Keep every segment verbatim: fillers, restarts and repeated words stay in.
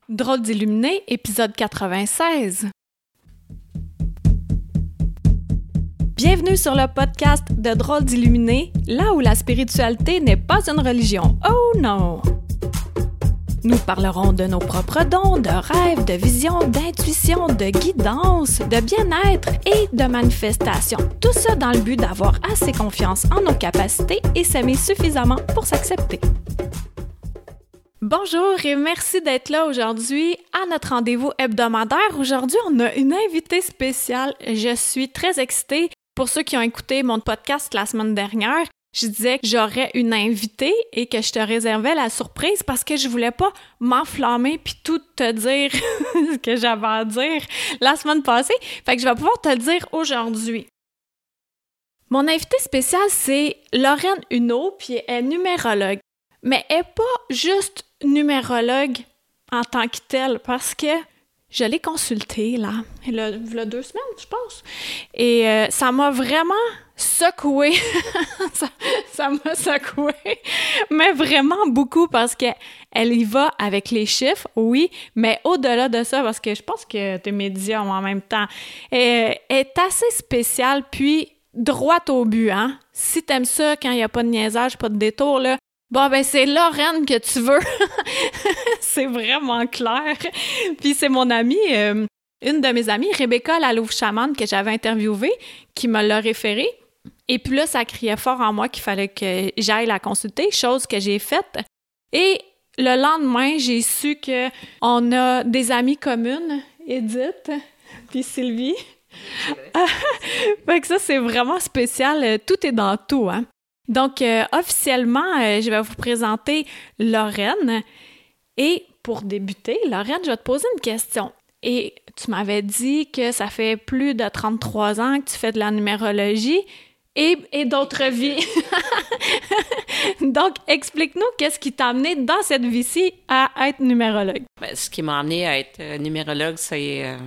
Drôles d'illuminés, épisode quatre-vingt-seize. Bienvenue sur le podcast de Drôles d'illuminés, là où la spiritualité n'est pas une religion. Oh non! Nous parlerons de nos propres dons, de rêves, de visions, d'intuition, de guidance, de bien-être et de manifestation. Tout ça dans le but d'avoir assez confiance en nos capacités et s'aimer suffisamment pour s'accepter. Bonjour et merci d'être là aujourd'hui à notre rendez-vous hebdomadaire. Aujourd'hui, on a une invitée spéciale. Je suis très excitée. Pour ceux qui ont écouté mon podcast la semaine dernière, je disais que j'aurais une invitée et que je te réservais la surprise parce que je voulais pas m'enflammer puis tout te dire ce que j'avais à dire la semaine passée. Fait que je vais pouvoir te le dire aujourd'hui. Mon invitée spéciale, c'est Lorraine Huneau, puis elle est numérologue. Mais elle n'est pas juste numérologue en tant que telle, parce que je l'ai consultée, là, il y a, il y a deux semaines, je pense, et euh, ça m'a vraiment secouée. ça, ça m'a secouée, mais vraiment beaucoup, parce qu'elle y va avec les chiffres, oui, mais au-delà de ça, parce que je pense que t'es médium en même temps, elle est assez spéciale, puis droite au but, hein. Si t'aimes ça, quand il n'y a pas de niaisage, pas de détour, là, bon, ben c'est Lorraine que tu veux. C'est vraiment clair. Puis c'est mon amie, euh, une de mes amies, Rebecca la louve chamane, que j'avais interviewée, qui me l'a référée. Et puis là, ça criait fort en moi qu'il fallait que j'aille la consulter, chose que j'ai faite. Et le lendemain, j'ai su que on a des amies communes, Edith puis Sylvie. Fait que ça, c'est vraiment spécial. Tout est dans tout, hein. Donc, euh, officiellement, euh, je vais vous présenter Lorraine. Et pour débuter, Lorraine, je vais te poser une question. Et tu m'avais dit que ça fait plus de trente-trois ans que tu fais de la numérologie et, et d'autres vies. Donc, explique-nous qu'est-ce qui t'a amené dans cette vie-ci à être numérologue. Bien, ce qui m'a amené à être numérologue, c'est euh,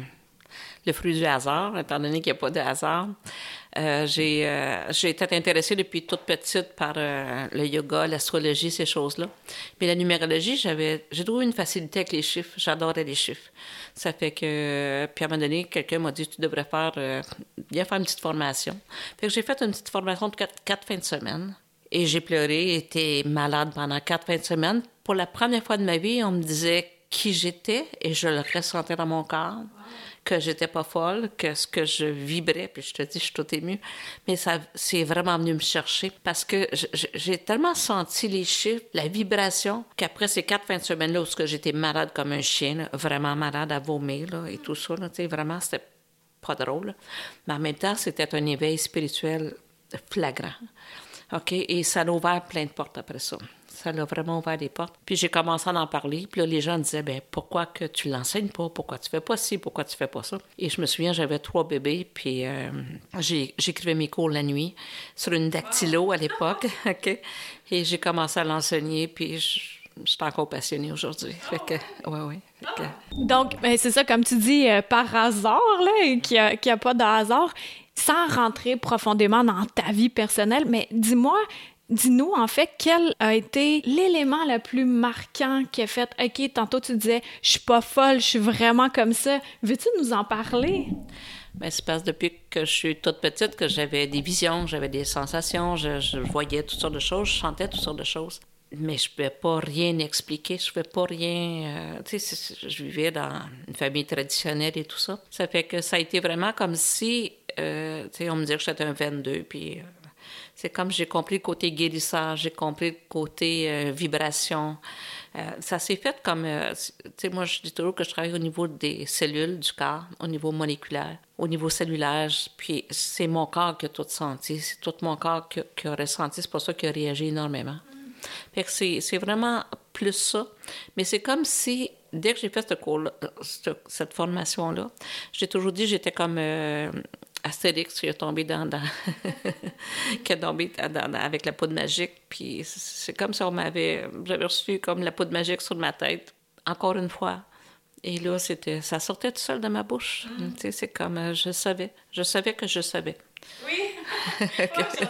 le fruit du hasard, étant donné qu'il n'y a pas de hasard. Euh, j'ai, euh, j'ai été intéressée depuis toute petite par euh, le yoga, l'astrologie, ces choses-là. Mais la numérologie, j'avais, j'ai trouvé une facilité avec les chiffres. J'adorais les chiffres. Ça fait que, puis à un moment donné, quelqu'un m'a dit, tu devrais faire, euh, viens faire une petite formation. Fait que j'ai fait une petite formation de quatre, quatre fins de semaine. Et j'ai pleuré, été malade pendant quatre fins de semaine. Pour la première fois de ma vie, on me disait qui j'étais et je le ressentais dans mon corps. Que j'étais pas folle, que ce que je vibrais, puis je te dis, je suis tout émue, mais ça, c'est vraiment venu me chercher parce que je, j'ai tellement senti les chiffres, la vibration, qu'après ces quatre fins de semaine-là où j'étais malade comme un chien, là, vraiment malade à vomir, là, et tout ça, là, tu sais, vraiment, c'était pas drôle, là. Mais en même temps, c'était un éveil spirituel flagrant, OK? Et ça a ouvert plein de portes après ça. Ça l'a vraiment ouvert des portes. Puis j'ai commencé à en parler. Puis là, les gens disaient, bien, pourquoi que tu l'enseignes pas? Pourquoi tu fais pas ci? Pourquoi tu fais pas ça? Et je me souviens, j'avais trois bébés. Puis euh, j'ai, j'écrivais mes cours la nuit sur une dactylo à l'époque. OK? Et j'ai commencé à l'enseigner. Puis je, je suis encore passionnée aujourd'hui. Fait que, ouais, ouais. Fait que... Donc, ben, c'est ça, comme tu dis, euh, par hasard, là, qu'il n'y a, qu'il y a pas de hasard, sans rentrer profondément dans ta vie personnelle. Mais dis-moi, dis-nous, en fait, quel a été l'élément le plus marquant qui a fait « OK, tantôt tu disais, je suis pas folle, je suis vraiment comme ça. » Veux-tu nous en parler? Bien, c'est parce que depuis que je suis toute petite que j'avais des visions, j'avais des sensations, je, je voyais toutes sortes de choses, je chantais toutes sortes de choses. Mais je ne pouvais pas rien expliquer, je ne pouvais pas rien... Euh, tu sais, je vivais dans une famille traditionnelle et tout ça. Ça fait que ça a été vraiment comme si, euh, tu sais, on me disait que j'étais un vingt-deux, puis... Euh, c'est comme j'ai compris le côté guérissage, j'ai compris le côté euh, vibration. Euh, ça s'est fait comme... Euh, tu sais, moi, je dis toujours que je travaille au niveau des cellules du corps, au niveau moléculaire, au niveau cellulaire. Puis c'est mon corps qui a tout senti. C'est tout mon corps qui, qui a ressenti. C'est pour ça qu'il a réagi énormément. Fait que c'est, c'est vraiment plus ça. Mais c'est comme si, dès que j'ai fait ce cours-là, cette, cette formation-là, j'ai toujours dit que j'étais comme... Euh, Astérix qui est tombé dans, dans qui est tombé dans, dans, avec la poudre magique, puis c'est comme si on m'avait, j'avais reçu comme la poudre magique sur ma tête, encore une fois. Et là, c'était, ça sortait tout seul de ma bouche. Mm. Tu sais, c'est comme, euh, je savais, je savais que je savais. Oui.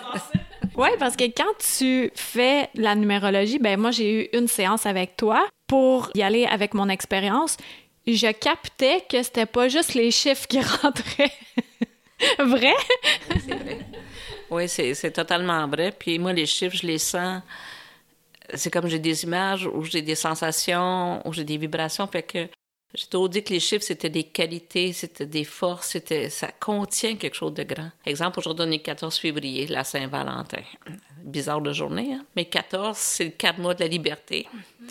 Oui, parce que quand tu fais la numérologie, ben moi, j'ai eu une séance avec toi. pour y aller avec mon expérience, je captais que c'était pas juste les chiffres qui rentraient. Vrai? Oui, c'est vrai. Oui, c'est, c'est totalement vrai. Puis moi, les chiffres, je les sens... C'est comme j'ai des images ou j'ai des sensations ou j'ai des vibrations. Fait que j'ai toujours dit que les chiffres, c'était des qualités, c'était des forces, c'était, ça contient quelque chose de grand. Exemple, aujourd'hui, on est le quatorze février, la Saint-Valentin. Bizarre de journée, hein? Mais quatorze, c'est le quatre mois de la liberté. Mm.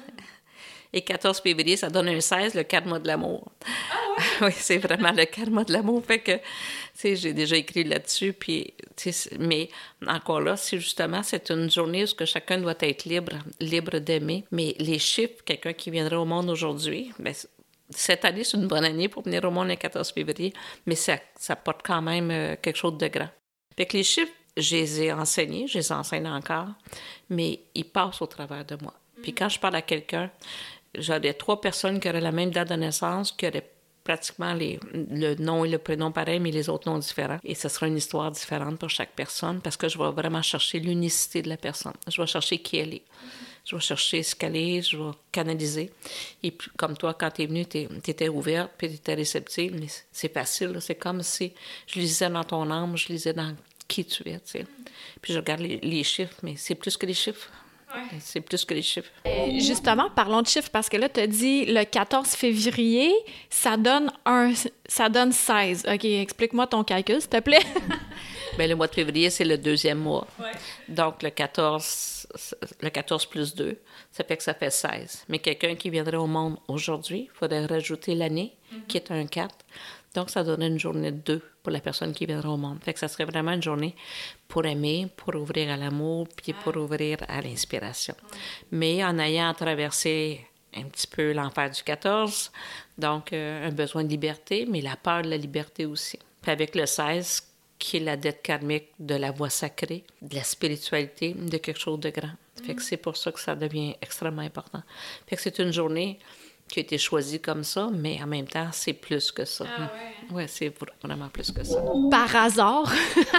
Et quatorze février, ça donne un seize, le quatre mois de l'amour. Ah oui? Oui, c'est vraiment le quatre mois de l'amour. Fait que, tu sais, j'ai déjà écrit là-dessus. Puis, tu sais, mais encore là, c'est justement, c'est une journée où que chacun doit être libre, libre d'aimer. Mais les chiffres, quelqu'un qui viendrait au monde aujourd'hui, bien, cette année, c'est une bonne année pour venir au monde le quatorze février, mais ça, ça porte quand même euh, quelque chose de grand. Fait que les chiffres, je les ai enseignés, je les enseigne encore, mais ils passent au travers de moi. Puis quand je parle à quelqu'un, j'aurais trois personnes qui auraient la même date de naissance, qui auraient pratiquement les, le nom et le prénom pareil, mais les autres noms différents. Et ce sera une histoire différente pour chaque personne parce que je vais vraiment chercher l'unicité de la personne. Je vais chercher qui elle est. Je vais chercher ce qu'elle est, je vais canaliser. Et puis, comme toi, quand tu es venue, tu étais ouverte, puis tu étais réceptive. Mais c'est facile, là. C'est comme si je lisais dans ton âme, je lisais dans qui tu es, tu sais. Puis je regarde les, les chiffres, mais c'est plus que les chiffres. Ouais. C'est plus que les chiffres. Et justement, parlons de chiffres, parce que là, tu as dit le quatorze février, ça donne un, ça donne seize. OK, explique-moi ton calcul, s'il te plaît. Bien, le mois de février, c'est le deuxième mois. Ouais. Donc, le quatorze, le quatorze plus deux, ça fait que ça fait seize. Mais quelqu'un qui viendrait au monde aujourd'hui, il faudrait rajouter l'année, mm-hmm. qui est un quatre. Donc, ça donnerait une journée de deux pour la personne qui viendra au monde. Fait que ça serait vraiment une journée pour aimer, pour ouvrir à l'amour, puis pour ouvrir à l'inspiration. Mais en ayant traversé un petit peu l'enfer du quatorze, donc euh, un besoin de liberté, mais la peur de la liberté aussi. Puis avec le seize, qui est la dette karmique de la voie sacrée, de la spiritualité, de quelque chose de grand. Fait que c'est pour ça que ça devient extrêmement important. Fait que c'est une journée qui a été choisi comme ça, mais en même temps, c'est plus que ça. Ah ouais? Oui, c'est vraiment plus que ça. Par hasard.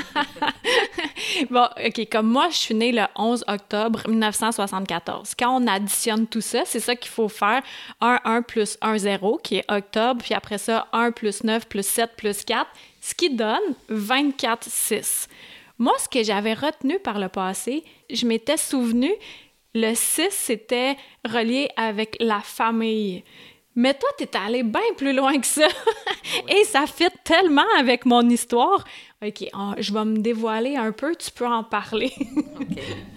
Bon, OK, comme moi, je suis née le onze octobre mille neuf cent soixante-quatorze. Quand on additionne tout ça, c'est ça qu'il faut faire. un, un plus un, zéro, qui est octobre, puis après ça, un plus neuf plus sept plus quatre, ce qui donne vingt-quatre six. Moi, ce que j'avais retenu par le passé, je m'étais souvenu, le six, c'était relié avec la famille. Mais toi, t'es allé bien plus loin que ça. Oui. Et ça fit tellement avec mon histoire. OK, on, je vais me dévoiler un peu, tu peux en parler. OK.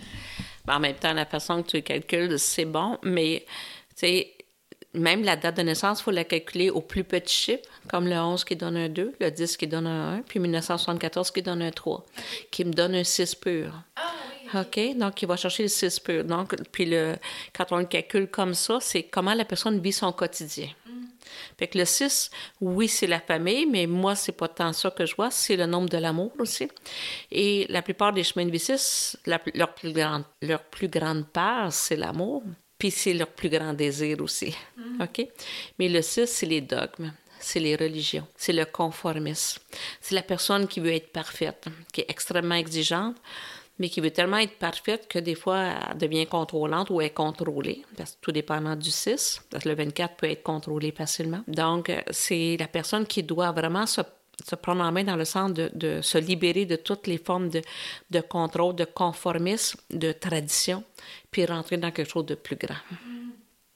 En même temps, la façon que tu calcules, c'est bon, mais tu sais, même la date de naissance, il faut la calculer au plus petit chiffre, comme le onze qui donne un deux, le dix qui donne un un, puis mille neuf cent soixante-quatorze qui donne un trois, qui me donne un six pur. Ah oui. OK? Donc, il va chercher le six pur. Donc, puis le, quand on le calcule comme ça, c'est comment la personne vit son quotidien. Mm. Fait que le six, oui, c'est la famille, mais moi, c'est pas tant ça que je vois, c'est le nombre de l'amour aussi. Et la plupart des chemins de vie six, la, leur, plus grande, leur plus grande part, c'est l'amour. Puis c'est leur plus grand désir aussi, mm. OK? Mais le six, c'est les dogmes, c'est les religions, c'est le conformisme. C'est la personne qui veut être parfaite, qui est extrêmement exigeante, mais qui veut tellement être parfaite que des fois, elle devient contrôlante ou est contrôlée, parce que tout dépendant du six, parce que le vingt-quatre peut être contrôlé facilement. Donc, c'est la personne qui doit vraiment se se prendre en main dans le sens de, de se libérer de toutes les formes de, de contrôle, de conformisme, de tradition, puis rentrer dans quelque chose de plus grand. Mm.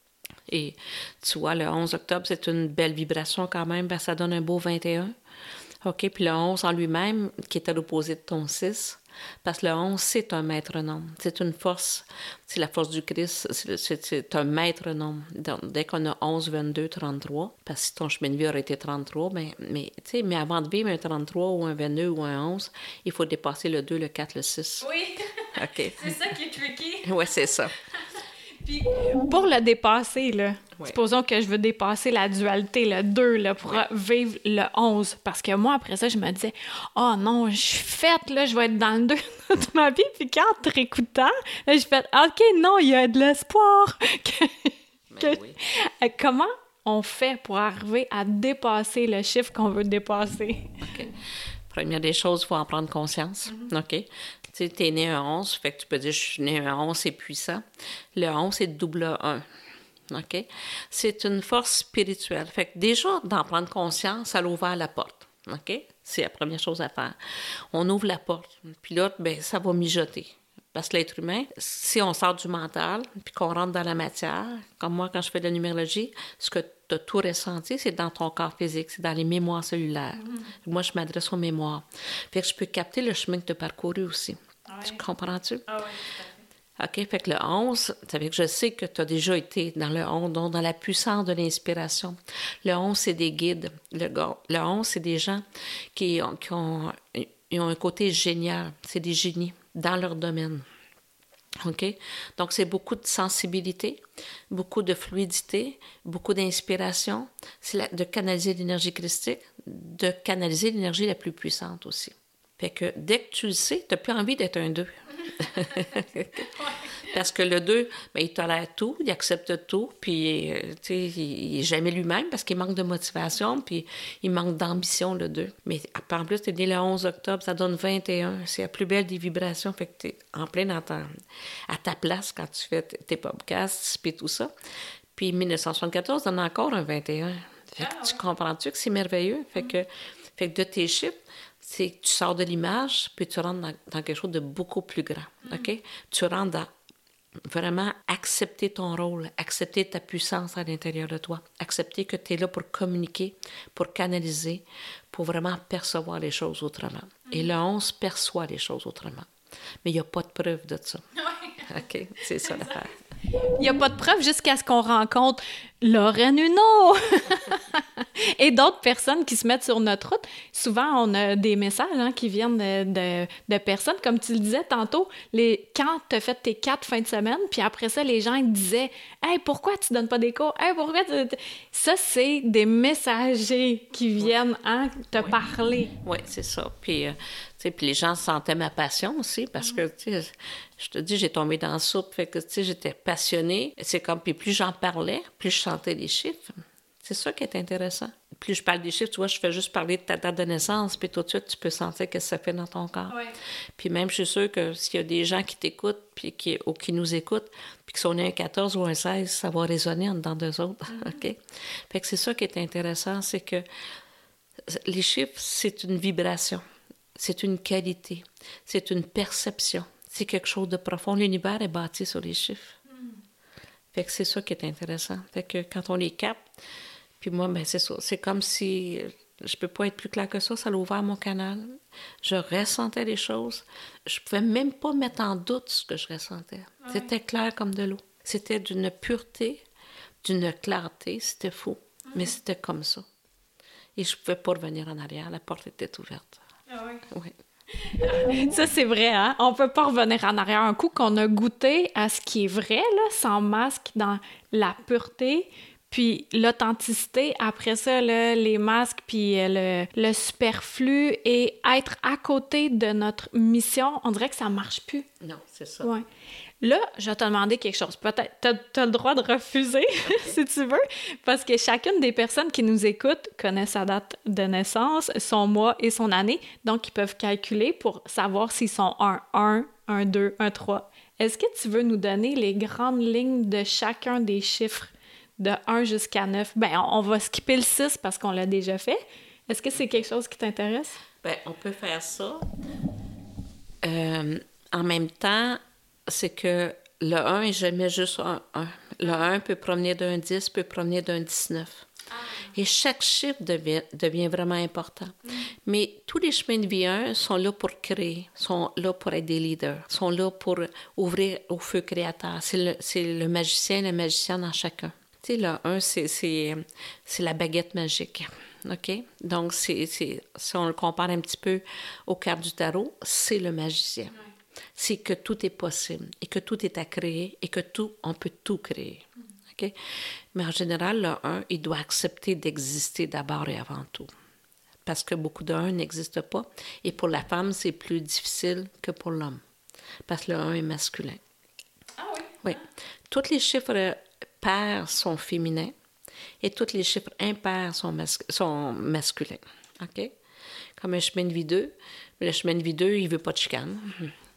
Et tu vois, le onze octobre, c'est une belle vibration quand même, ben, ça donne un beau vingt et un. OK, puis le onze en lui-même, qui est à l'opposé de ton six, parce que le onze, c'est un maître-nombre. C'est une force, c'est la force du Christ, c'est, c'est, c'est un maître-nombre. Donc, dès qu'on a onze, vingt-deux, trente-trois, parce que si ton chemin de vie aurait été trente-trois, ben, mais, mais avant de vivre un trente-trois ou un vingt-deux ou un onze, il faut dépasser le deux, le quatre, le six. Oui, OK. C'est ça qui est tricky. Oui, c'est ça. Puis, pour le dépasser, là, ouais. Supposons que je veux dépasser la dualité, le deux, là, pour ouais. vivre le onze. Parce que moi, après ça, je me disais, oh non, je suis faite, là, je vais être dans le deux toute ma vie. Puis quand te réécoutant, là, je fais, OK, non, il y a de l'espoir. que, que... Oui. Comment on fait pour arriver à dépasser le chiffre qu'on veut dépasser? OK. Première des choses, il faut en prendre conscience. Mm-hmm. OK? Tu sais, t'es né un onze, fait que tu peux dire, je suis né un onze, c'est puissant. Le onze, c'est double un. OK? C'est une force spirituelle. Fait que déjà, d'en prendre conscience, ça l'ouvre la porte. OK? C'est la première chose à faire. On ouvre la porte, puis là, ben, ça va mijoter. Parce que l'être humain, si on sort du mental, puis qu'on rentre dans la matière, comme moi, quand je fais de la numérologie, ce que tu as tout ressenti, c'est dans ton corps physique, c'est dans les mémoires cellulaires. Mm-hmm. Moi, je m'adresse aux mémoires. Fait que je peux capter le chemin que tu as parcouru aussi. Ouais. Tu comprends-tu? Ah oui, tout à fait. OK, fait que le onze, ça veut que je sais que tu as déjà été dans le onze, donc dans la puissance de l'inspiration. Le onze, c'est des guides. Le, le onze, c'est des gens qui ont, qui ont, ils ont un côté génial. C'est des génies dans leur domaine. OK? Donc, c'est beaucoup de sensibilité, beaucoup de fluidité, beaucoup d'inspiration. C'est la, de canaliser l'énergie christique, de canaliser l'énergie la plus puissante aussi. Fait que dès que tu le sais, tu n'as plus envie d'être un deux. Parce que le deux, ben, il tolère tout, il accepte tout, puis euh, tu sais, il n'est jamais lui-même parce qu'il manque de motivation, puis il manque d'ambition, le deux. Mais en plus, tu es né le onze octobre, ça donne vingt et un. C'est la plus belle des vibrations, fait que tu es en plein dans ta, à ta place quand tu fais tes podcasts, puis tout ça. Puis dix-neuf cent soixante-quatorze donne encore un vingt et un. Fait que ah, ouais. Tu comprends-tu que c'est merveilleux? Fait que, fait que de tes chiffres, c'est que tu sors de l'image, puis tu rentres dans, dans quelque chose de beaucoup plus grand, OK? Mm. Tu rentres dans vraiment accepter ton rôle, accepter ta puissance à l'intérieur de toi, accepter que tu es là pour communiquer, pour canaliser, pour vraiment percevoir les choses autrement. Mm. Et le onze perçoit les choses autrement. Mais il n'y a pas de preuve de ça. OK? C'est ça l'affaire. Il n'y a pas de preuve jusqu'à ce qu'on rencontre Lorraine Huneau et d'autres personnes qui se mettent sur notre route. Souvent, on a des messages hein, qui viennent de, de, de personnes, comme tu le disais tantôt, les, quand tu as fait tes quatre fins de semaine, puis après ça, les gens ils disaient « Hey, pourquoi tu donnes pas des cours? Hey, pourquoi tu... » Ça, c'est des messagers qui viennent hein, te oui. parler. Oui, c'est ça. Puis... Euh... Puis les gens sentaient ma passion aussi parce que, tu sais, je te dis, j'ai tombé dans la soupe, fait que, tu sais, j'étais passionnée. C'est comme, puis plus j'en parlais, plus je sentais les chiffres. C'est ça qui est intéressant. Plus je parle des chiffres, tu vois, je fais juste parler de ta date de naissance, puis tout de suite, tu peux sentir ce que ça fait dans ton corps. Ouais. Puis même, je suis sûre que s'il y a des gens qui t'écoutent, puis qui, ou qui nous écoutent, puis qui sont nés un quatorze ou un seize, ça va résonner en dedans d'eux autres, mm-hmm. OK? Fait que c'est ça qui est intéressant, c'est que les chiffres, c'est une vibration. C'est une qualité, c'est une perception, c'est quelque chose de profond. L'univers est bâti sur les chiffres. Mm. Fait que c'est ça qui est intéressant. Fait que quand on les capte, puis moi, ben c'est ça. C'est comme si, je peux pas être plus clair que ça, ça a ouvert mon canal. Je ressentais les choses. Je pouvais même pas mettre en doute ce que je ressentais. Ouais. C'était clair comme de l'eau. C'était d'une pureté, d'une clarté, c'était fou. Mm. Mais c'était comme ça. Et je pouvais pas revenir en arrière, la porte était ouverte. Ah oui. Oui. Ça, c'est vrai, hein? On peut pas revenir en arrière. Un coup qu'on a goûté à ce qui est vrai, là, sans masque, dans la pureté, puis l'authenticité, après ça, là, les masques, puis le, le superflu, et être à côté de notre mission, on dirait que ça marche plus. Non, c'est ça. Ouais. Là, je vais te demander quelque chose. Peut-être, t'as, t'as le droit de refuser, okay. si tu veux, parce que chacune des personnes qui nous écoutent connaît sa date de naissance, son mois et son année, donc ils peuvent calculer pour savoir s'ils sont un un, un deux, un trois. Est-ce que tu veux nous donner les grandes lignes de chacun des chiffres de un jusqu'à neuf? Ben, on, on va skipper le six parce qu'on l'a déjà fait. Est-ce que c'est quelque chose qui t'intéresse? Ben, on peut faire ça. Euh, en même temps, c'est que le un est jamais juste un un. Le un peut provenir d'un dix, peut provenir d'un dix-neuf. Ah. Et chaque chiffre devient, devient vraiment important. Mm. Mais tous les chemins de vie un sont là pour créer, sont là pour être des leaders, sont là pour ouvrir au feu créateur. C'est le, c'est le magicien, la magicienne en chacun. Tu sais, le un, c'est, c'est, c'est la baguette magique. OK? Donc, c'est, c'est, si on le compare un petit peu aux cartes du tarot, c'est le magicien. Mm. C'est que tout est possible et que tout est à créer et que tout, on peut tout créer. Okay? Mais en général, le un, il doit accepter d'exister d'abord et avant tout. Parce que beaucoup de un n'existent pas. Et pour la femme, c'est plus difficile que pour l'homme. Parce que le un est masculin. Ah oui? Oui. Tous les chiffres pairs sont féminins et tous les chiffres impairs sont, mas- sont masculins. OK? Comme un chemin de vie deux. Le chemin de vie deux, il ne veut pas de chicane.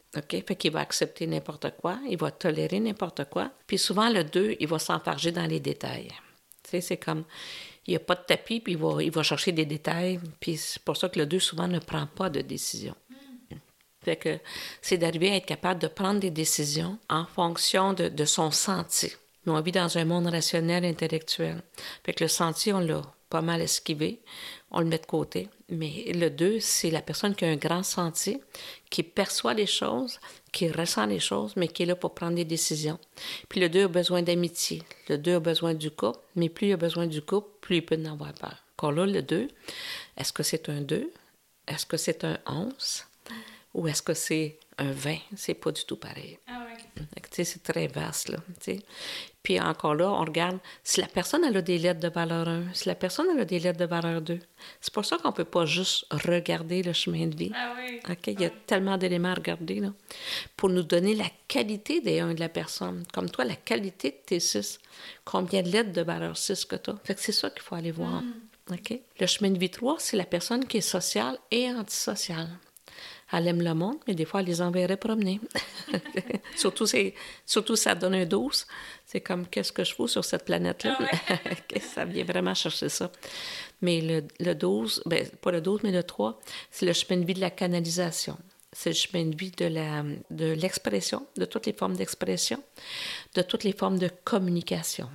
OK? Fait qu'il va accepter n'importe quoi, il va tolérer n'importe quoi. Puis souvent, le deux, il va s'enfarger dans les détails. Tu sais, c'est comme, il n'y a pas de tapis, puis il va, il va chercher des détails. Puis c'est pour ça que le deux, souvent, ne prend pas de décision. Mm. Fait que c'est d'arriver à être capable de prendre des décisions en fonction de, de son senti. Mais on vit dans un monde rationnel, intellectuel. Fait que le senti, on l'a pas mal esquivé. On le met de côté. Mais le deux, c'est la personne qui a un grand senti, qui perçoit les choses, qui ressent les choses, mais qui est là pour prendre des décisions. Puis le deux a besoin d'amitié. Le deux a besoin du couple, mais plus il a besoin du couple, plus il peut en avoir peur. Encore là, le deux, est-ce que c'est un deux? Est-ce que c'est un onze? Ou est-ce que c'est un vingt? C'est pas du tout pareil. Ah ouais. Tu sais, c'est très vaste, là, tu sais. Puis encore là, on regarde si la personne elle a des lettres de valeur un, si la personne elle a des lettres de valeur deux. C'est pour ça qu'on ne peut pas juste regarder le chemin de vie. Ah oui. OK? Il y a tellement d'éléments à regarder, là, pour nous donner la qualité des un de la personne. Comme toi, la qualité de tes six. Combien de lettres de valeur six que tu as. Fait que c'est ça qu'il faut aller voir. Mm. OK? Le chemin de vie trois, c'est la personne qui est sociale et antisociale. Elle aime le monde, mais des fois, elle les enverrait promener. surtout, c'est, surtout, ça donne un douze. C'est comme, qu'est-ce que je fous sur cette planète-là? Ah ouais. Ça vient vraiment chercher ça. Mais le, le douze, ben, pas le douze, mais le trois, c'est le chemin de vie de la canalisation. C'est le chemin de vie de, la, de l'expression, de toutes les formes d'expression, de toutes les formes de communication.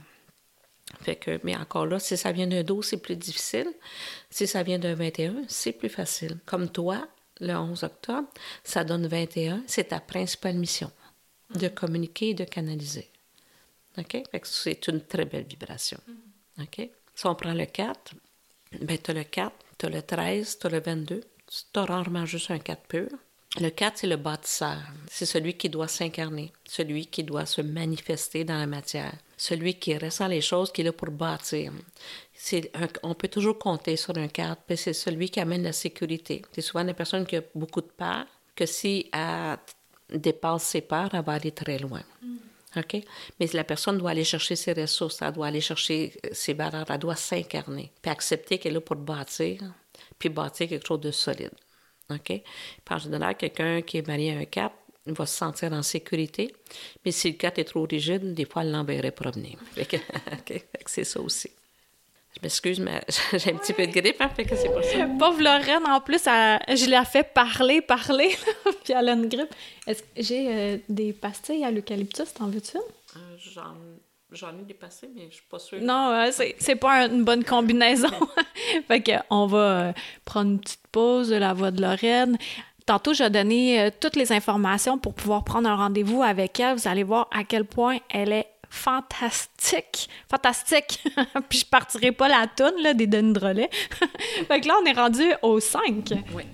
Fait que, mais encore là, si ça vient d'un douze, c'est plus difficile. Si ça vient d'un vingt et un, c'est plus facile. Comme toi, le onze octobre, ça donne vingt et un. C'est ta principale mission, de communiquer et de canaliser. OK? Fait que c'est une très belle vibration. OK? Si on prend le quatre, bien, tu as le quatre, tu as le treize, tu as le vingt-deux. Tu as rarement juste un quatre pur. Le quatre, c'est le bâtisseur. C'est celui qui doit s'incarner, celui qui doit se manifester dans la matière, celui qui ressent les choses, qui est là pour bâtir. C'est un, on peut toujours compter sur un quatre, puis c'est celui qui amène la sécurité. C'est souvent une personne qui a beaucoup de peur, que si elle dépasse ses peurs, elle va aller très loin. Mm. OK? Mais la personne doit aller chercher ses ressources, elle doit aller chercher ses valeurs, elle doit s'incarner, puis accepter qu'elle est là pour bâtir, puis bâtir quelque chose de solide. OK? Puis en général, quelqu'un qui est marié à un quatre, il va se sentir en sécurité, mais si le quatre est trop rigide, des fois, elle l'enverrait promener. Fait que, okay? Fait que c'est ça aussi. Je m'excuse, mais j'ai un petit peu de grippe, hein, fait que c'est pas ça. Pauvre Lorraine, en plus, elle, je l'ai fait parler, parler, puis elle a une grippe. Est-ce que j'ai euh, des pastilles à l'eucalyptus, t'en veux-tu? Euh, j'en, j'en ai des pastilles, mais je suis pas sûre. Non, euh, c'est, c'est pas une bonne combinaison. Fait que on va euh, prendre une petite pause de la voix de Lorraine. Tantôt, je vais donner euh, toutes les informations pour pouvoir prendre un rendez-vous avec elle. Vous allez voir à quel point elle est fantastique. Fantastique. Puis je partirai pas la toune là, des Denis Drolet. Fait que là, on est rendu au cinq. Oui.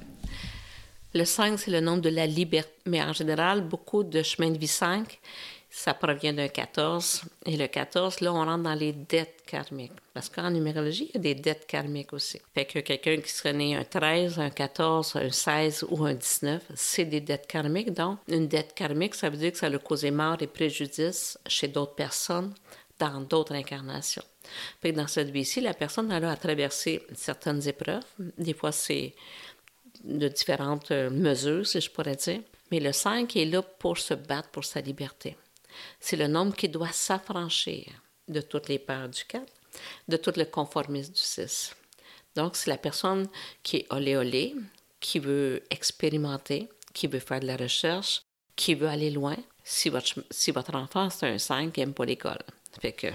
Le cinq, c'est le nombre de la liberté. Mais en général, beaucoup de chemins de vie cinq, ça provient d'un quatorze. Et le quatorze, là, on rentre dans les dettes karmiques. Parce qu'en numérologie, il y a des dettes karmiques aussi. Fait que quelqu'un qui serait né un treize, un quatorze, un seize ou un dix-neuf, c'est des dettes karmiques. Donc, une dette karmique, ça veut dire que ça a causé mort et préjudice chez d'autres personnes dans d'autres incarnations. Fait que dans cette vie-ci, la personne elle a traversé certaines épreuves. Des fois, c'est de différentes mesures, si je pourrais dire. Mais le cinq est là pour se battre pour sa liberté. C'est le nombre qui doit s'affranchir de toutes les peurs du quatre, de tout le conformisme du six. Donc, c'est la personne qui est olé-olé, qui veut expérimenter, qui veut faire de la recherche, qui veut aller loin. Si votre, si votre enfant, c'est un cinq, il n'aime pas l'école. Fait que,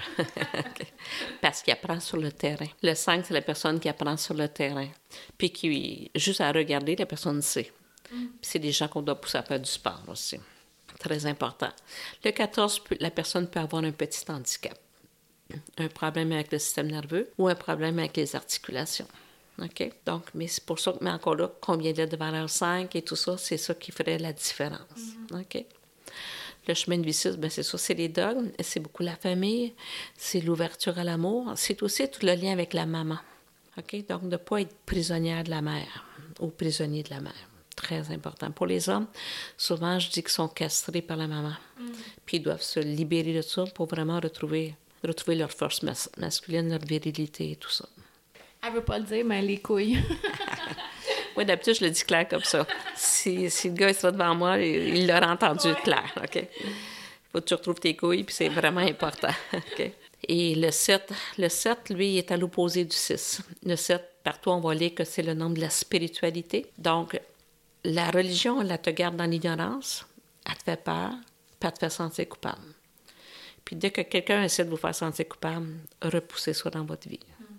parce qu'il apprend sur le terrain. Le cinq, c'est la personne qui apprend sur le terrain. Puis qui, juste à regarder, la personne sait. Puis c'est des gens qu'on doit pousser à faire du sport aussi. Très important. Le quatorze, la personne peut avoir un petit handicap. Un problème avec le système nerveux ou un problème avec les articulations. OK? Donc, mais c'est pour ça que, mais encore là, combien de lettres de valeur cinq et tout ça, c'est ça qui ferait la différence. Mm-hmm. OK? Le chemin de vie six, bien, c'est ça, c'est les dogmes, c'est beaucoup la famille, c'est l'ouverture à l'amour, c'est aussi tout le lien avec la maman. OK? Donc, de ne pas être prisonnière de la mère ou prisonnier de la mère. Très important. Pour les hommes, souvent, je dis qu'ils sont castrés par la maman. Mm. Puis ils doivent se libérer de ça pour vraiment retrouver, retrouver leur force mas- masculine, leur virilité et tout ça. Elle veut pas le dire, mais les couilles. Oui, d'habitude, je le dis clair comme ça. Si, si le gars il sera devant moi, il, il l'aura entendu clair, OK? Il faut que tu retrouves tes couilles, puis c'est vraiment important, OK? Et le sept, le sept, lui, est à l'opposé du six. Le sept, partout, on va lire que c'est le nombre de la spiritualité. Donc, la religion, elle, elle te garde dans l'ignorance, elle te fait peur, puis elle te fait sentir coupable. Puis dès que quelqu'un essaie de vous faire sentir coupable, repoussez ça dans votre vie.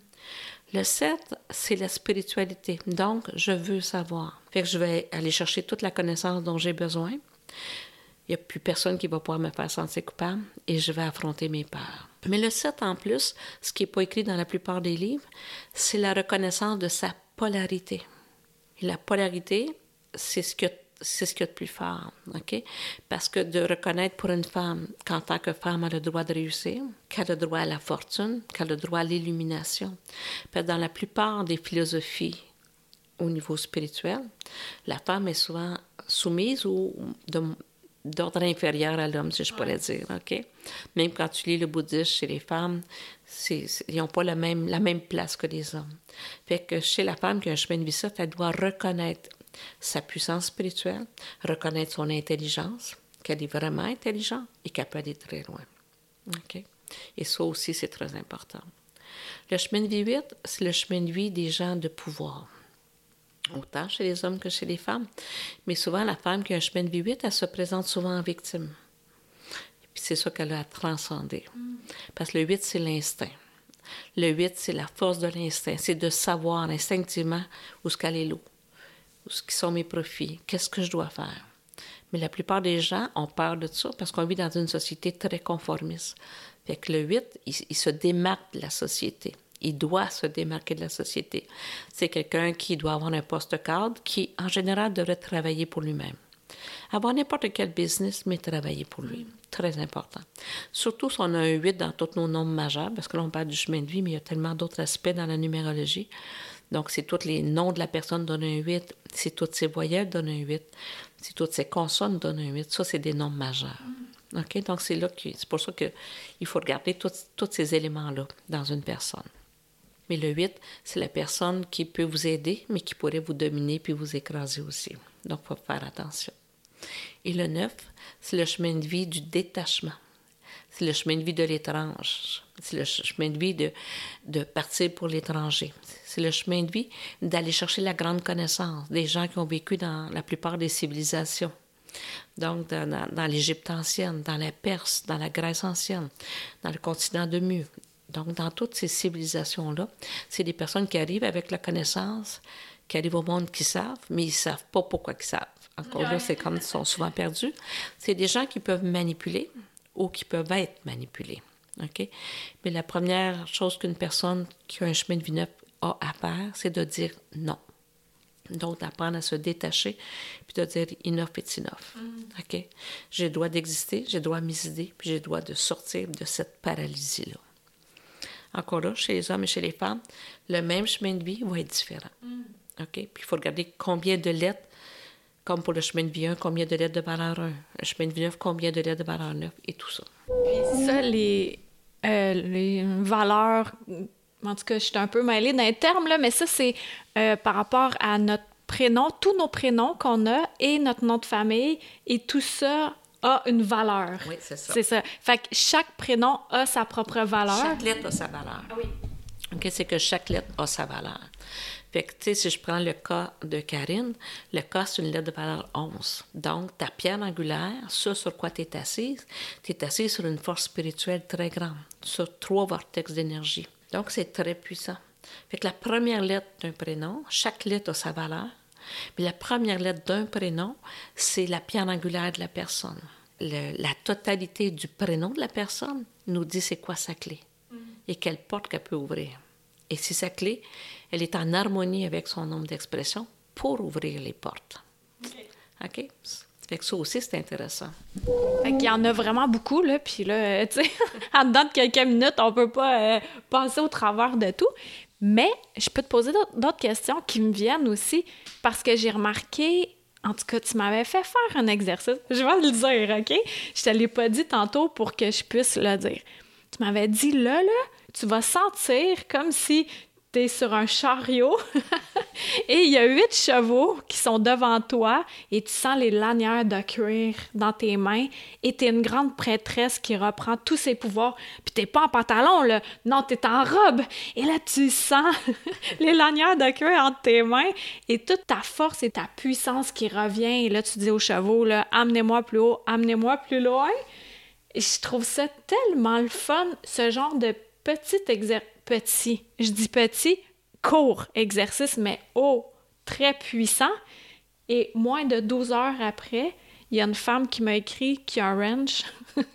Le sept, c'est la spiritualité. Donc, je veux savoir. Fait que je vais aller chercher toute la connaissance dont j'ai besoin. Il n'y a plus personne qui va pouvoir me faire sentir coupable et je vais affronter mes peurs. Mais le sept, en plus, ce qui n'est pas écrit dans la plupart des livres, c'est la reconnaissance de sa polarité. Et la polarité, c'est ce que c'est ce qu'il y a de plus fort, OK? Parce que de reconnaître pour une femme qu'en tant que femme, elle a le droit de réussir, qu'elle a le droit à la fortune, qu'elle a le droit à l'illumination. Parce que dans la plupart des philosophies au niveau spirituel, la femme est souvent soumise ou de, d'ordre inférieur à l'homme, si je pourrais dire, OK? Même quand tu lis le bouddhisme chez les femmes, c'est, c'est, ils n'ont pas la même, la même place que les hommes. Fait que chez la femme qui a un chemin de vie, ça, elle doit reconnaître sa puissance spirituelle, reconnaître son intelligence, qu'elle est vraiment intelligente et qu'elle peut aller très loin. OK? Et ça aussi, c'est très important. Le chemin de vie huit, c'est le chemin de vie des gens de pouvoir. Autant chez les hommes que chez les femmes. Mais souvent, la femme qui a un chemin de vie huit, elle se présente souvent en victime. Et puis c'est ça qu'elle a à transcender. Mm. Parce que le huit, c'est l'instinct. Le huit, c'est la force de l'instinct. C'est de savoir instinctivement où est-ce qu'elle est l'eau. Ce qui sont mes profits, qu'est-ce que je dois faire. Mais la plupart des gens ont peur de ça parce qu'on vit dans une société très conformiste. Fait que le huit, il, il se démarque de la société. Il doit se démarquer de la société. C'est quelqu'un qui doit avoir un poste cadre qui, en général, devrait travailler pour lui-même. Avoir n'importe quel business, mais travailler pour lui. Très important. Surtout si on a un huit dans tous nos nombres majeurs, parce que là, on parle du chemin de vie, mais il y a tellement d'autres aspects dans la numérologie. Donc, c'est tous les noms de la personne donnent un huit, c'est toutes ses voyelles donnent un huit, c'est toutes ses consonnes donnent un huit. Ça, c'est des nombres majeurs. Mm. OK? Donc, c'est là que, c'est pour ça qu'il faut regarder tous ces éléments-là dans une personne. Mais le huit, c'est la personne qui peut vous aider, mais qui pourrait vous dominer puis vous écraser aussi. Donc, il faut faire attention. Et le neuf, c'est le chemin de vie du détachement. C'est le chemin de vie de l'étrange. C'est le chemin de vie de, de partir pour l'étranger. C'est le chemin de vie d'aller chercher la grande connaissance des gens qui ont vécu dans la plupart des civilisations. Donc, dans, dans, dans l'Égypte ancienne, dans la Perse, dans la Grèce ancienne, dans le continent de Mu. Donc, dans toutes ces civilisations-là, c'est des personnes qui arrivent avec la connaissance, qui arrivent au monde qui savent, mais ils ne savent pas pourquoi ils savent. Encore là, c'est comme ils sont souvent perdus. C'est des gens qui peuvent manipuler ou qui peuvent être manipulés. OK? Mais la première chose qu'une personne qui a un chemin de vie neuf a à faire, c'est de dire non. Donc, d'apprendre à se détacher puis de dire « enough is enough mm. ». OK? J'ai le droit d'exister, j'ai le droit à mes idées, puis j'ai le droit de sortir de cette paralysie-là. Encore là, chez les hommes et chez les femmes, le même chemin de vie va être différent. Mm. OK? Puis il faut regarder combien de lettres, comme pour le chemin de vie un, combien de lettres de valeur un, le chemin de vie neuf, combien de lettres de valeur neuf, et tout ça. Puis ça, les, euh, les valeurs, en tout cas, je suis un peu mêlée dans les termes, là, mais ça, c'est euh, par rapport à notre prénom, tous nos prénoms qu'on a et notre nom de famille, et tout ça a une valeur. Oui, c'est ça. C'est ça. Fait que chaque prénom a sa propre valeur. Chaque lettre a sa valeur. Ah oui. OK, c'est que chaque lettre a sa valeur. Fait que, tu sais, si je prends le cas de Karine, le cas, c'est une lettre de valeur onze. Donc, ta pierre angulaire, ce sur quoi tu es assise, tu es assise sur une force spirituelle très grande, sur trois vortex d'énergie. Donc, c'est très puissant. Fait que la première lettre d'un prénom, chaque lettre a sa valeur, mais la première lettre d'un prénom, c'est la pierre angulaire de la personne. Le, la totalité du prénom de la personne nous dit c'est quoi sa clé mm. et quelle porte qu'elle peut ouvrir. Et si sa clé, elle est en harmonie avec son nombre d'expressions pour ouvrir les portes. OK? OK? Fait que ça aussi, c'est intéressant. Fait qu'il y en a vraiment beaucoup, là. Puis là, tu sais, en dedans de quelques minutes, on peut pas euh, passer au travers de tout. Mais je peux te poser d'autres, d'autres questions qui me viennent aussi parce que j'ai remarqué, en tout cas, tu m'avais fait faire un exercice. Je vais le dire, OK? Je te l'ai pas dit tantôt pour que je puisse le dire. Tu m'avais dit, là, là, tu vas sentir comme si tu es sur un chariot Et il y a huit chevaux qui sont devant toi et tu sens les lanières de cuir dans tes mains et t'es une grande prêtresse qui reprend tous ses pouvoirs. Puis t'es pas en pantalon, là. Non, t'es en robe. Et là, tu sens les lanières de cuir entre tes mains et toute ta force et ta puissance qui revient. Et là, tu dis aux chevaux, là, amenez-moi plus haut, amenez-moi plus loin. Et je trouve ça tellement le fun, ce genre de petit exercice. Petit. Je dis petit, court exercice, mais oh, très puissant. Et moins de douze heures après, il y a une femme qui m'a écrit qui a un ranch. Puis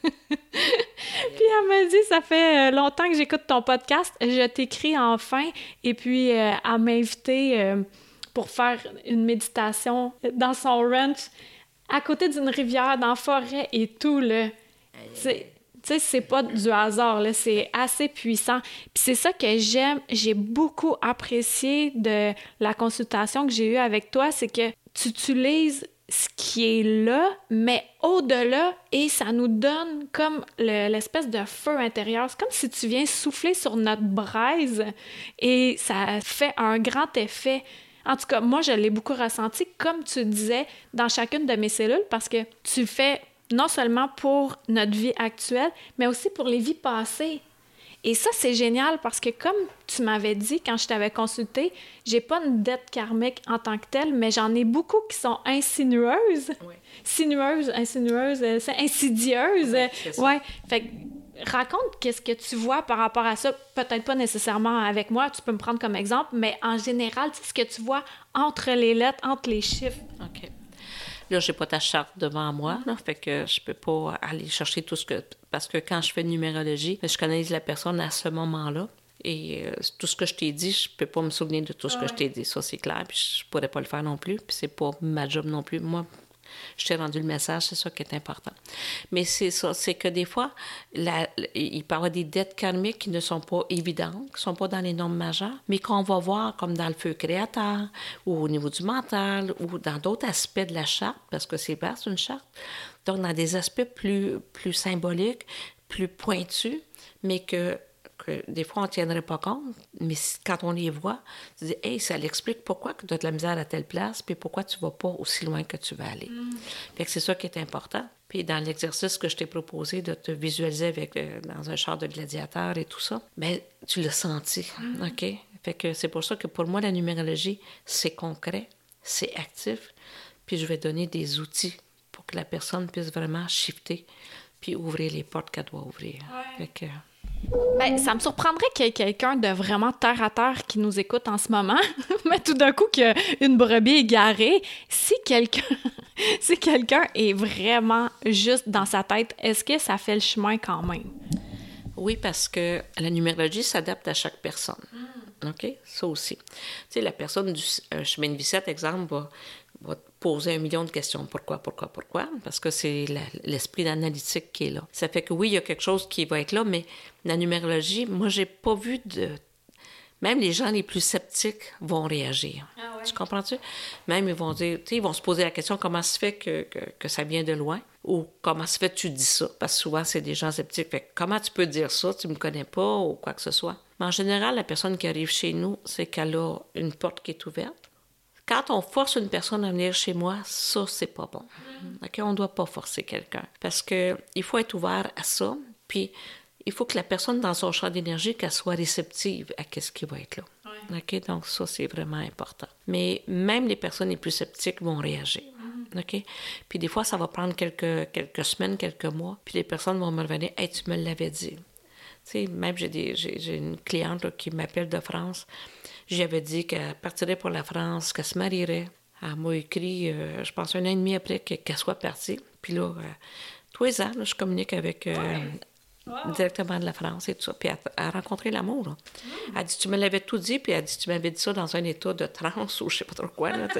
elle m'a dit, ça fait longtemps que j'écoute ton podcast, je t'écris enfin. Et puis euh, elle m'a invité euh, pour faire une méditation dans son ranch, à côté d'une rivière, dans la forêt et tout, là. C'est... Tu sais, c'est pas du hasard, là, c'est assez puissant. Puis c'est ça que j'aime, j'ai beaucoup apprécié de la consultation que j'ai eue avec toi, c'est que tu utilises ce qui est là, mais au-delà, et ça nous donne comme le, l'espèce de feu intérieur. C'est comme si tu viens souffler sur notre braise et ça fait un grand effet. En tout cas, moi, je l'ai beaucoup ressenti, comme tu disais, dans chacune de mes cellules, parce que tu fais non seulement pour notre vie actuelle, mais aussi pour les vies passées. Et ça, c'est génial parce que comme tu m'avais dit quand je t'avais consulté, j'ai pas une dette karmique en tant que telle, mais j'en ai beaucoup qui sont insinueuses. Oui. Sinueuses, insinueuses, euh, insidieuses. Oui, c'est ça. Ouais. Fait que raconte qu'est-ce que tu vois par rapport à ça. Peut-être pas nécessairement avec moi, tu peux me prendre comme exemple, mais en général, tu sais, ce que tu vois entre les lettres, entre les chiffres. OK. Là, j'ai pas ta charte devant moi, là, fait que je peux pas aller chercher tout ce que... Parce que quand je fais une numérologie, je connais la personne à ce moment-là. Et euh, tout ce que je t'ai dit, je peux pas me souvenir de tout ce que ouais. je t'ai dit. Ça, c'est clair. Puis je pourrais pas le faire non plus. Puis c'est pas ma job non plus. Moi, je t'ai rendu le message, c'est ça qui est important. Mais c'est ça, c'est que des fois, la, il peut y avoir des dettes karmiques qui ne sont pas évidentes, qui ne sont pas dans les normes majeures, mais qu'on va voir comme dans le feu créateur, ou au niveau du mental, ou dans d'autres aspects de la charte, parce que c'est vaste, une charte. Donc, dans des aspects plus, plus symboliques, plus pointus, mais que que des fois, on ne tiendrait pas compte, mais quand on les voit, tu dis « Hey, ça l'explique pourquoi tu as de la misère à telle place, puis pourquoi tu ne vas pas aussi loin que tu veux aller. Mm. » Fait que c'est ça qui est important. Puis dans l'exercice que je t'ai proposé de te visualiser avec, euh, dans un char de gladiateur et tout ça, bien, tu l'as senti, mm. OK? Fait que c'est pour ça que pour moi, la numérologie, c'est concret, c'est actif, puis je vais donner des outils pour que la personne puisse vraiment shifter puis ouvrir les portes qu'elle doit ouvrir. Ouais. Fait que... Ben, ça me surprendrait qu'il y ait quelqu'un de vraiment terre-à-terre qui nous écoute en ce moment, mais tout d'un coup qu'il y a une brebis égarée. Si quelqu'un, si quelqu'un est vraiment juste dans sa tête, est-ce que ça fait le chemin quand même? Oui, parce que la numérologie s'adapte à chaque personne. Mm. OK? Ça aussi. Tu sais, la personne du euh, chemin de Vicette, exemple, va, va poser un million de questions. Pourquoi, pourquoi, pourquoi? Parce que c'est la, l'esprit analytique qui est là. Ça fait que oui, il y a quelque chose qui va être là, mais la numérologie, moi, j'ai pas vu de... Même les gens les plus sceptiques vont réagir. Ah ouais. Tu comprends-tu? Même ils vont dire, tu sais, ils vont se poser la question comment se fait que, que, que ça vient de loin? Ou comment se fait que tu dis ça? Parce que souvent, c'est des gens sceptiques. Fait que comment tu peux dire ça? Tu me connais pas ou quoi que ce soit. Mais en général, la personne qui arrive chez nous, c'est qu'elle a une porte qui est ouverte. Quand on force une personne à venir chez moi, ça, c'est pas bon. Mm. OK? On ne doit pas forcer quelqu'un. Parce que il faut être ouvert à ça. Puis, il faut que la personne, dans son champ d'énergie, qu'elle soit réceptive à ce qui va être là. Ouais. OK? Donc, ça, c'est vraiment important. Mais même les personnes les plus sceptiques vont réagir. Mm. OK? Puis des fois, ça va prendre quelques, quelques semaines, quelques mois. Puis les personnes vont me revenir « Hey, tu me l'avais dit. » Tu sais, même j'ai, des, j'ai, j'ai une cliente là, qui m'appelle de France. J'avais dit qu'elle partirait pour la France, qu'elle se marierait. Elle m'a écrit, euh, je pense, un an et demi après qu'elle soit partie. Puis là, euh, tous les ans, là, je communique avec... Euh, ouais. Wow. Directement de la France et tout ça. Puis elle a rencontré l'amour. Là. Mm. Elle a dit, tu me l'avais tout dit, puis elle a dit, tu m'avais dit ça dans un état de transe ou je sais pas trop quoi. Là,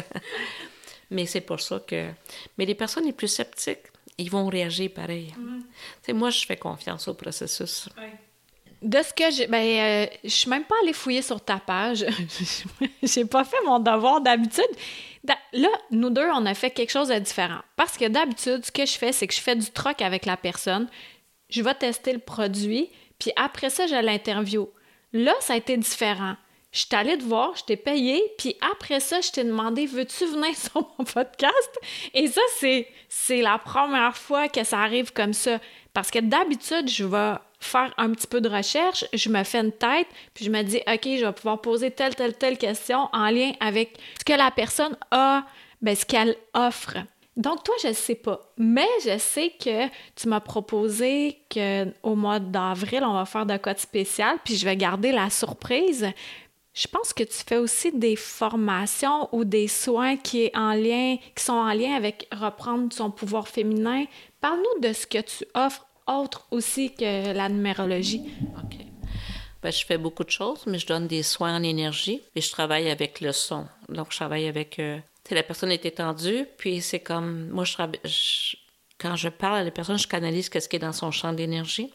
mais c'est pour ça que... Mais les personnes les plus sceptiques, ils vont réagir pareil. Mm. T'sais, moi, je fais confiance au processus. Ouais. De ce que j'ai... Ben, euh, je suis même pas allée fouiller sur ta page. J'ai pas fait mon devoir d'habitude. Là, nous deux, on a fait quelque chose de différent. Parce que d'habitude, ce que je fais, c'est que je fais du troc avec la personne. Je vais tester le produit, puis après ça, je l'interview. Là, ça a été différent. je suis allée te voir, je t'ai payé, puis après ça, je t'ai demandé, veux-tu venir sur mon podcast? Et ça, c'est, c'est la première fois que ça arrive comme ça. Parce que d'habitude, je vais faire un petit peu de recherche, je me fais une tête, puis je me dis, OK, je vais pouvoir poser telle, telle, telle question en lien avec ce que la personne a, ben, ce qu'elle offre. Donc, toi, je ne sais pas, mais je sais que tu m'as proposé qu'au mois d'avril, on va faire de quoi de spécial, puis je vais garder la surprise. Je pense que tu fais aussi des formations ou des soins qui, est en lien, qui sont en lien avec reprendre son pouvoir féminin. Parle-nous de ce que tu offres, autre aussi que la numérologie. OK. Ben, je fais beaucoup de choses, mais je donne des soins en énergie et je travaille avec le son. Donc, je travaille avec... Euh, tu sais, la personne est étendue, puis c'est comme... Moi, je travaille... Je, quand je parle à la personne, je canalise ce qui est dans son champ d'énergie.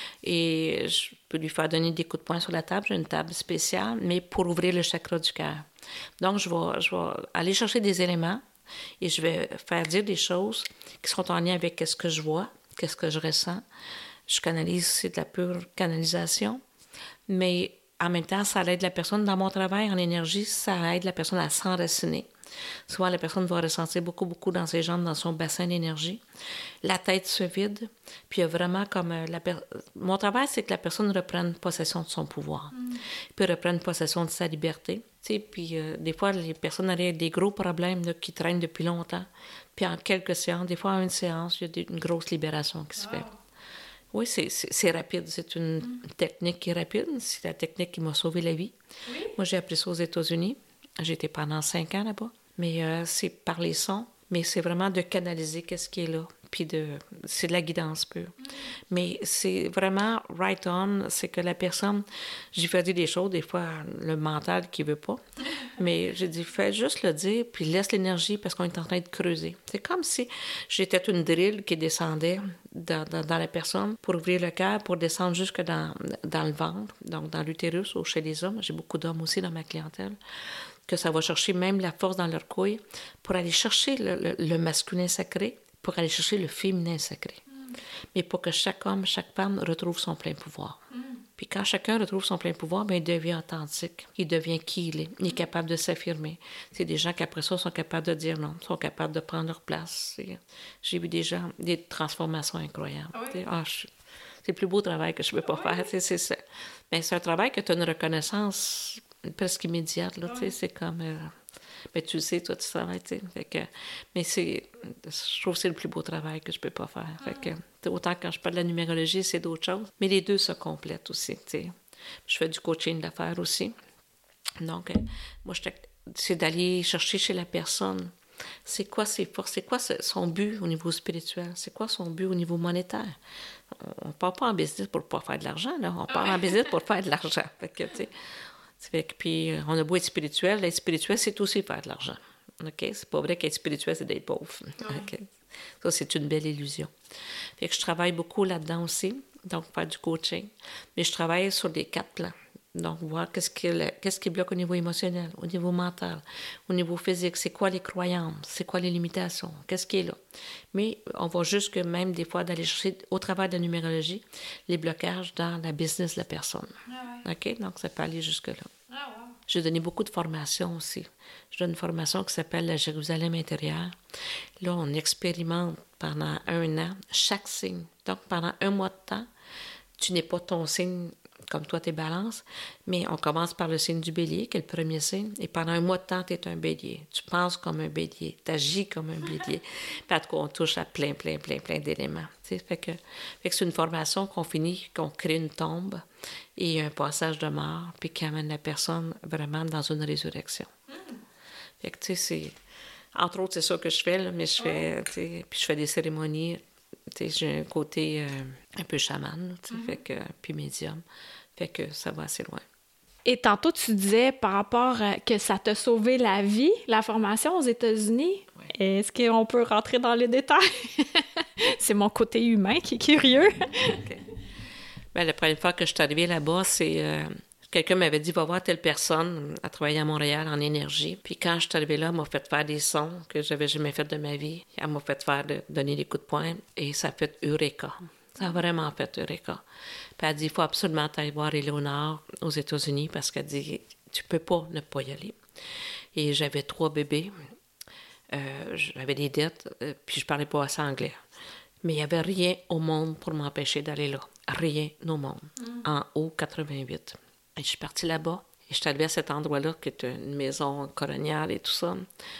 Et je peux lui faire donner des coups de poing sur la table. J'ai une table spéciale, mais pour ouvrir le chakra du cœur. Donc, je vais, je vais aller chercher des éléments et je vais faire dire des choses qui sont en lien avec ce que je vois, qu'est-ce que je ressens. Je canalise, c'est de la pure canalisation. Mais en même temps, ça aide la personne. Dans mon travail en énergie, ça aide la personne à s'enraciner. Souvent, la personne va ressentir beaucoup, beaucoup dans ses jambes, dans son bassin d'énergie. La tête se vide. Puis il y a vraiment comme... Euh, la per... Mon travail, c'est que la personne reprenne possession de son pouvoir. Mm. Puis reprenne possession de sa liberté. Tu sais, puis euh, des fois, les personnes arrivent avec des gros problèmes là, qui traînent depuis longtemps. Puis en quelques séances, des fois en une séance, il y a des, une grosse libération qui se wow. fait. Oui, c'est, c'est, c'est rapide. C'est une mm. technique qui est rapide. C'est la technique qui m'a sauvé la vie. Oui. Moi, j'ai appris ça aux États-Unis. J'ai été pendant cinq ans là-bas. Mais euh, c'est par les sons. Mais c'est vraiment de canaliser qu'est-ce qui est là. Puis de... c'est de la guidance pure. Mm. Mais c'est vraiment right on. C'est que la personne... J'ai fait dire des choses, des fois, le mental qui veut pas. Mais j'ai dit, fais juste le dire, puis laisse l'énergie parce qu'on est en train de creuser. C'est comme si j'étais une drille qui descendait dans, dans, dans la personne pour ouvrir le cœur, pour descendre jusque dans, dans le ventre, donc dans l'utérus ou chez les hommes. J'ai beaucoup d'hommes aussi dans ma clientèle. Que ça va chercher même la force dans leur couille pour aller chercher le, le, le masculin sacré, pour aller chercher le féminin sacré. Mm. Mais pour que chaque homme, chaque femme retrouve son plein pouvoir. Mm. Puis quand chacun retrouve son plein pouvoir, bien, il devient authentique. Il devient qui il est. Il est capable de s'affirmer. C'est des gens qui, après ça, sont capables de dire non, sont capables de prendre leur place. C'est... J'ai vu des gens, des transformations incroyables. Ah oui. Ah, je... C'est le plus beau travail que je ne peux pas ah faire. Oui. C'est, c'est... Mais c'est un travail que tu as une reconnaissance... presque immédiate, là, tu sais, c'est comme... Euh, ben, tu le sais, toi, tu travailles, tu sais, fait que... Mais c'est... Je trouve que c'est le plus beau travail que je peux pas faire, fait que... Autant quand je parle de la numérologie, c'est d'autres choses, mais les deux se complètent aussi, tu sais. Je fais du coaching d'affaires aussi. Donc, euh, moi, je c'est d'aller chercher chez la personne c'est quoi ses forces, c'est quoi son but au niveau spirituel, c'est quoi son but au niveau monétaire. On ne part pas en business pour ne pas faire de l'argent, là. On part en business pour faire de l'argent, fait que, tu sais... Fait que, puis, on a beau être spirituel, être spirituel, c'est aussi faire de l'argent. OK? C'est pas vrai qu'être spirituel, c'est d'être pauvre. Okay? Ça, c'est une belle illusion. Fait que je travaille beaucoup là-dedans aussi, donc faire du coaching. Mais je travaille sur les quatre plans. Donc, voir qu'est-ce qui, qu'est-ce qui bloque au niveau émotionnel, au niveau mental, au niveau physique. C'est quoi les croyances? C'est quoi les limitations? Qu'est-ce qui est là? Mais on va jusque même des fois d'aller chercher, au travers de la numérologie, les blocages dans la business de la personne. Ah ouais. OK? Donc, ça peut aller jusque-là. Ah ouais. J'ai donné beaucoup de formations aussi. Je donne une formation qui s'appelle la Jérusalem intérieure. Là, on expérimente pendant un an chaque signe. Donc, pendant un mois de temps, tu n'es pas ton signe comme toi, t'es balance, mais on commence par le signe du bélier, qui est le premier signe, et pendant un mois de temps, t'es un bélier. Tu penses comme un bélier, t'agis comme un bélier. Puis en tout cas, on touche à plein, plein, plein, plein d'éléments. Fait que, fait que c'est une formation qu'on finit, qu'on crée une tombe et un passage de mort, puis qui amène la personne vraiment dans une résurrection. Mm. Fait que, tu sais, c'est... Entre autres, c'est ça que je fais, là, mais je fais, tu sais, puis je fais des cérémonies. Tu sais, j'ai un côté euh, un peu chaman, tu sais, mm. fait que, puis médium. Fait que ça va assez loin. Et tantôt, tu disais par rapport à que ça t'a sauvé la vie, la formation aux États-Unis. Oui. Est-ce qu'on peut rentrer dans les détails? C'est mon côté humain qui est curieux. Okay. Bien, la première fois que je suis arrivée là-bas, c'est... Euh, quelqu'un m'avait dit, va voir telle personne à travailler à Montréal en énergie. Puis quand je suis arrivée là, elle m'a fait faire des sons que j'avais jamais fait de ma vie. Elle m'a fait faire de, donner des coups de poing et ça a fait Eureka. Ça a vraiment fait Eureka. Puis elle dit, il faut absolument aller voir Éléonore aux États-Unis parce qu'elle dit, Tu peux pas ne pas y aller. Et j'avais trois bébés. Euh, j'avais des dettes, euh, puis je parlais pas assez anglais. Mais il n'y avait rien au monde pour m'empêcher d'aller là. Rien au monde. Mm. En haut, quatre-vingt-huit. Et je suis partie là-bas. Et je suis arrivée à cet endroit-là, qui est une maison coloniale et tout ça.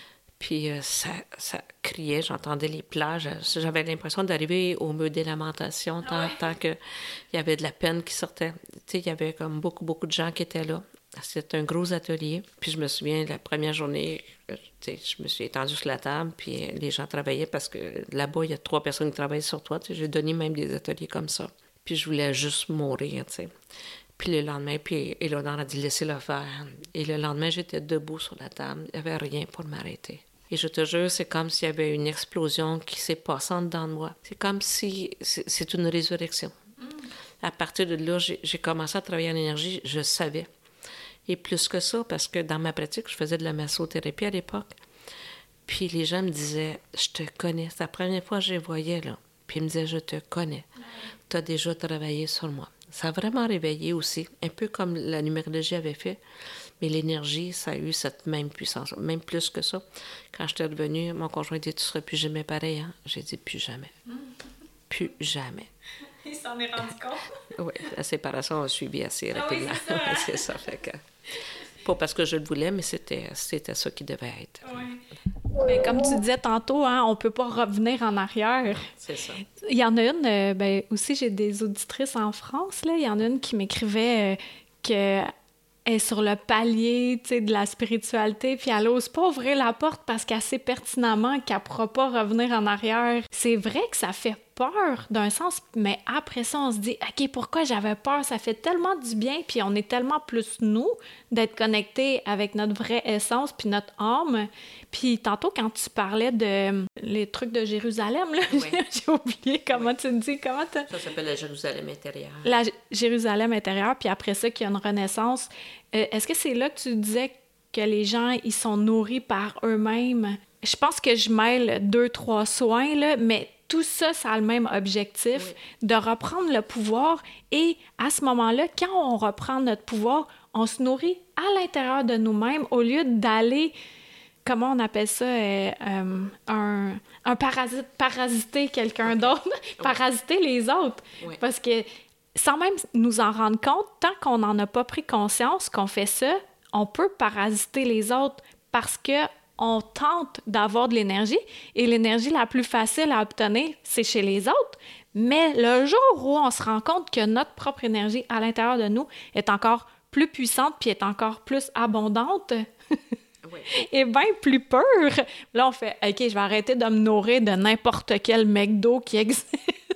Puis euh, ça, ça criait, j'entendais les plages. J'avais l'impression d'arriver au mur des lamentations, tant, ouais. tant qu'il y avait de la peine qui sortait. Tu sais, il y avait comme beaucoup, beaucoup de gens qui étaient là. C'était un gros atelier. Puis je me souviens, la première journée, tu sais, je me suis étendue sur la table, puis les gens travaillaient parce que là-bas, il y a trois personnes qui travaillent sur toi. Tu sais, j'ai donné même des ateliers comme ça. Puis je voulais juste mourir, tu sais. Puis le lendemain, puis Éléonore a dit « laissez-le faire ». Et le lendemain, j'étais debout sur la table. Il n'y avait rien pour m'arrêter. Et je te jure, c'est comme s'il y avait une explosion qui s'est passée en dedans de moi. C'est comme si... C'est, c'est une résurrection. Mm. À partir de là, j'ai, j'ai commencé à travailler en énergie. Je savais. Et plus que ça, parce que dans ma pratique, je faisais de la massothérapie à l'époque. Puis les gens me disaient « je te connais ». C'est la première fois que je les voyais, là. Puis ils me disaient « je te connais. Tu as déjà travaillé sur moi ». Ça a vraiment réveillé aussi, un peu comme la numérologie avait fait. Mais l'énergie, ça a eu cette même puissance, même plus que ça. Quand j'étais revenue, mon conjoint dit « tu ne seras plus jamais pareil. Hein? » J'ai dit « plus jamais. Mm. Plus jamais. » Il s'en est rendu compte. Oui, la séparation a suivi assez rapidement. Ah oui, c'est ça. C'est ça, fait que... Pas parce que je le voulais, mais c'était, c'était ça qui devait être. Oui. Mais comme tu disais tantôt, hein, on ne peut pas revenir en arrière. C'est ça. Il y en a une, euh, ben, aussi j'ai des auditrices en France, là, il y en a une qui m'écrivait euh, qu'elle est sur le palier, tu sais, de la spiritualité, puis elle n'ose pas ouvrir la porte parce qu'elle sait pertinemment qu'elle ne pourra pas revenir en arrière. C'est vrai que ça fait peur d'un sens, mais après ça, on se dit « OK, pourquoi j'avais peur? Ça fait tellement du bien, puis on est tellement plus nous d'être connectés avec notre vraie essence puis notre âme. » Puis tantôt, quand tu parlais de les trucs de Jérusalem, là, oui. j'ai oublié comment oui. tu me dis, comment t'as... Ça s'appelle la Jérusalem intérieure. La J- Jérusalem intérieure, puis après ça, qu'il y a une renaissance. Euh, est-ce que c'est là que tu disais que les gens, ils sont nourris par eux-mêmes? Je pense que je mêle deux, trois soins, là, mais tout ça, ça a le même objectif, oui. de reprendre le pouvoir. Et à ce moment-là, quand on reprend notre pouvoir, on se nourrit à l'intérieur de nous-mêmes au lieu d'aller, comment on appelle ça, euh, euh, un, un parasite, parasiter quelqu'un okay. d'autre, parasiter les autres. Oui. Parce que sans même nous en rendre compte, tant qu'on n'en a pas pris conscience qu'on fait ça, on peut parasiter les autres parce que on tente d'avoir de l'énergie et l'énergie la plus facile à obtenir, c'est chez les autres. Mais le jour où on se rend compte que notre propre énergie à l'intérieur de nous est encore plus puissante puis est encore plus abondante oui. et bien plus pure, là, on fait « OK, je vais arrêter de me nourrir de n'importe quel McDo qui existe. »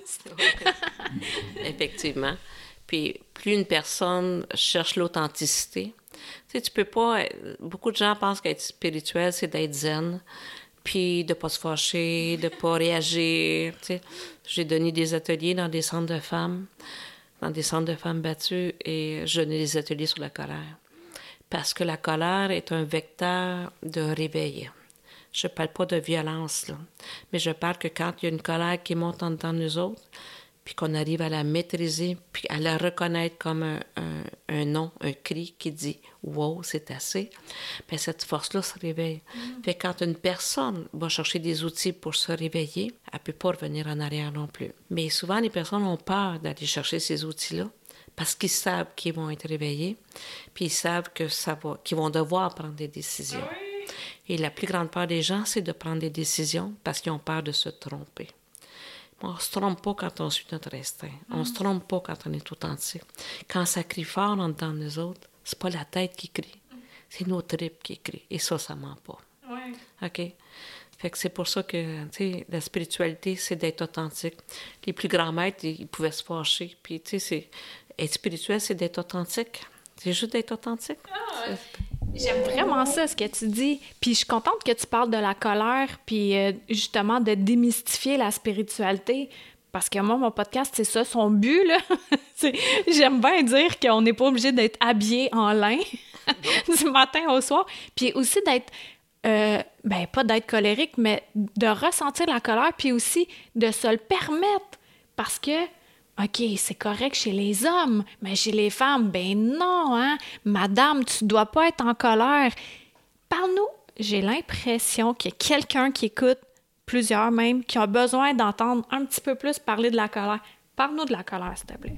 Effectivement. Puis plus une personne cherche l'authenticité, tu sais, tu peux pas... Beaucoup de gens pensent qu'être spirituel, c'est d'être zen, puis de pas se fâcher, de pas réagir, tu sais. J'ai donné des ateliers dans des centres de femmes, dans des centres de femmes battues, et je donnais des ateliers sur la colère. Parce que la colère est un vecteur de réveil. Je parle pas de violence, là, mais je parle que quand il y a une colère qui monte en dedans de nous autres, puis qu'on arrive à la maîtriser, puis à la reconnaître comme un, un, un nom, un cri qui dit « wow, c'est assez », bien cette force-là se réveille. Mm. Fait que quand une personne va chercher des outils pour se réveiller, elle ne peut pas revenir en arrière non plus. Mais souvent, les personnes ont peur d'aller chercher ces outils-là parce qu'ils savent qu'ils vont être réveillés, puis ils savent que ça va, qu'ils vont devoir prendre des décisions. Oui. Et la plus grande peur des gens, c'est de prendre des décisions parce qu'ils ont peur de se tromper. On ne se trompe pas quand on suit notre instinct. On ne se trompe pas quand on est authentique. Quand ça crie fort en dedans de nous autres, c'est pas la tête qui crie. C'est nos tripes qui crient. Et ça, ça ment pas. Oui. OK? Fait que c'est pour ça que, tu sais, la spiritualité, c'est d'être authentique. Les plus grands maîtres, ils pouvaient se fâcher. Puis, tu sais, c'est... être spirituel, c'est d'être authentique. C'est juste d'être authentique. Ah, ouais. J'aime vraiment ça, ce que tu dis. Puis je suis contente que tu parles de la colère, puis euh, justement de démystifier la spiritualité. Parce que moi, mon podcast, c'est ça, son but, là. c'est, j'aime bien dire qu'on n'est pas obligé d'être habillé en lin du matin au soir. Puis aussi d'être, euh, ben pas d'être colérique, mais de ressentir la colère, puis aussi de se le permettre. Parce que OK, c'est correct chez les hommes, mais chez les femmes, ben non, hein? Madame, tu dois pas être en colère. Parle-nous. J'ai l'impression qu'il y a quelqu'un qui écoute, plusieurs même, qui a besoin d'entendre un petit peu plus parler de la colère. Parle-nous de la colère, s'il te plaît.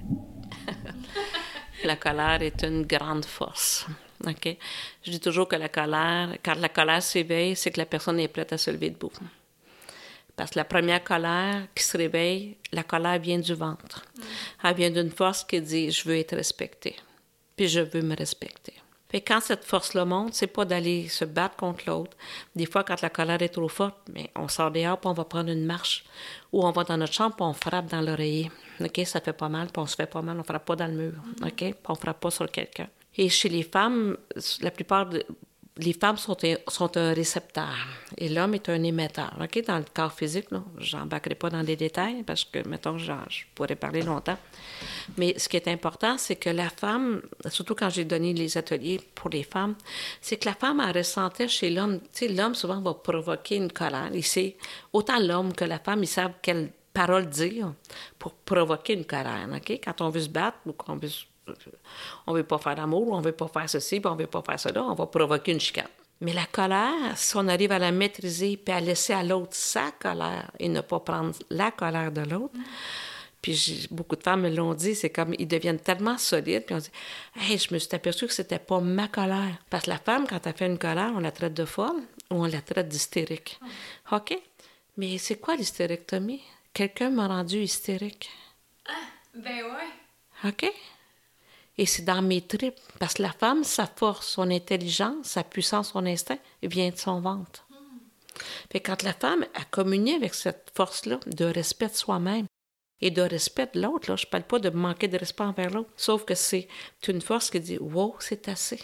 La colère est une grande force. OK? Je dis toujours que la colère, quand la colère s'éveille, c'est que la personne est prête à se lever debout. Parce que la première colère qui se réveille, la colère vient du ventre. Mm. Elle vient d'une force qui dit « je veux être respectée », puis « je veux me respecter ». Fait que quand cette force-là monte, c'est pas d'aller se battre contre l'autre. Des fois, quand la colère est trop forte, mais on sort dehors, puis on va prendre une marche, ou on va dans notre chambre, puis on frappe dans l'oreiller. OK? Ça fait pas mal, puis on se fait pas mal, on frappe pas dans le mur. OK? Puis on frappe pas sur quelqu'un. Et chez les femmes, la plupart de... Les femmes sont un, sont un récepteur et l'homme est un émetteur. OK? Dans le corps physique, là, je n'embarquerai pas dans les détails parce que, mettons, je, je pourrais parler longtemps. Mais ce qui est important, c'est que la femme, surtout quand j'ai donné les ateliers pour les femmes, c'est que la femme, elle ressentait chez l'homme, tu sais, l'homme souvent va provoquer une colère. Il sait, autant l'homme que la femme, ils savent quelle parole dire pour provoquer une colère. OK? Quand on veut se battre ou qu'on veut se on ne veut pas faire l'amour, on ne veut pas faire ceci, puis on ne veut pas faire cela, on va provoquer une chicane. Mais la colère, si on arrive à la maîtriser puis à laisser à l'autre sa colère et ne pas prendre la colère de l'autre, mm. puis j'ai, beaucoup de femmes me l'ont dit, c'est comme ils deviennent tellement solides, puis on dit « Hey, je me suis aperçue que c'était pas ma colère. » Parce que la femme, quand elle fait une colère, on la traite de folle ou on la traite d'hystérique. Mm. OK? Mais c'est quoi l'hystérectomie? Quelqu'un m'a rendu hystérique. Ah, ben ouais. OK? Et c'est dans mes tripes. Parce que la femme, sa force, son intelligence, sa puissance, son instinct, vient de son ventre. Mm. Fait que quand la femme a communié avec cette force-là de respect de soi-même et de respect de l'autre, là, je ne parle pas de manquer de respect envers l'autre, sauf que c'est une force qui dit « Wow, c'est assez.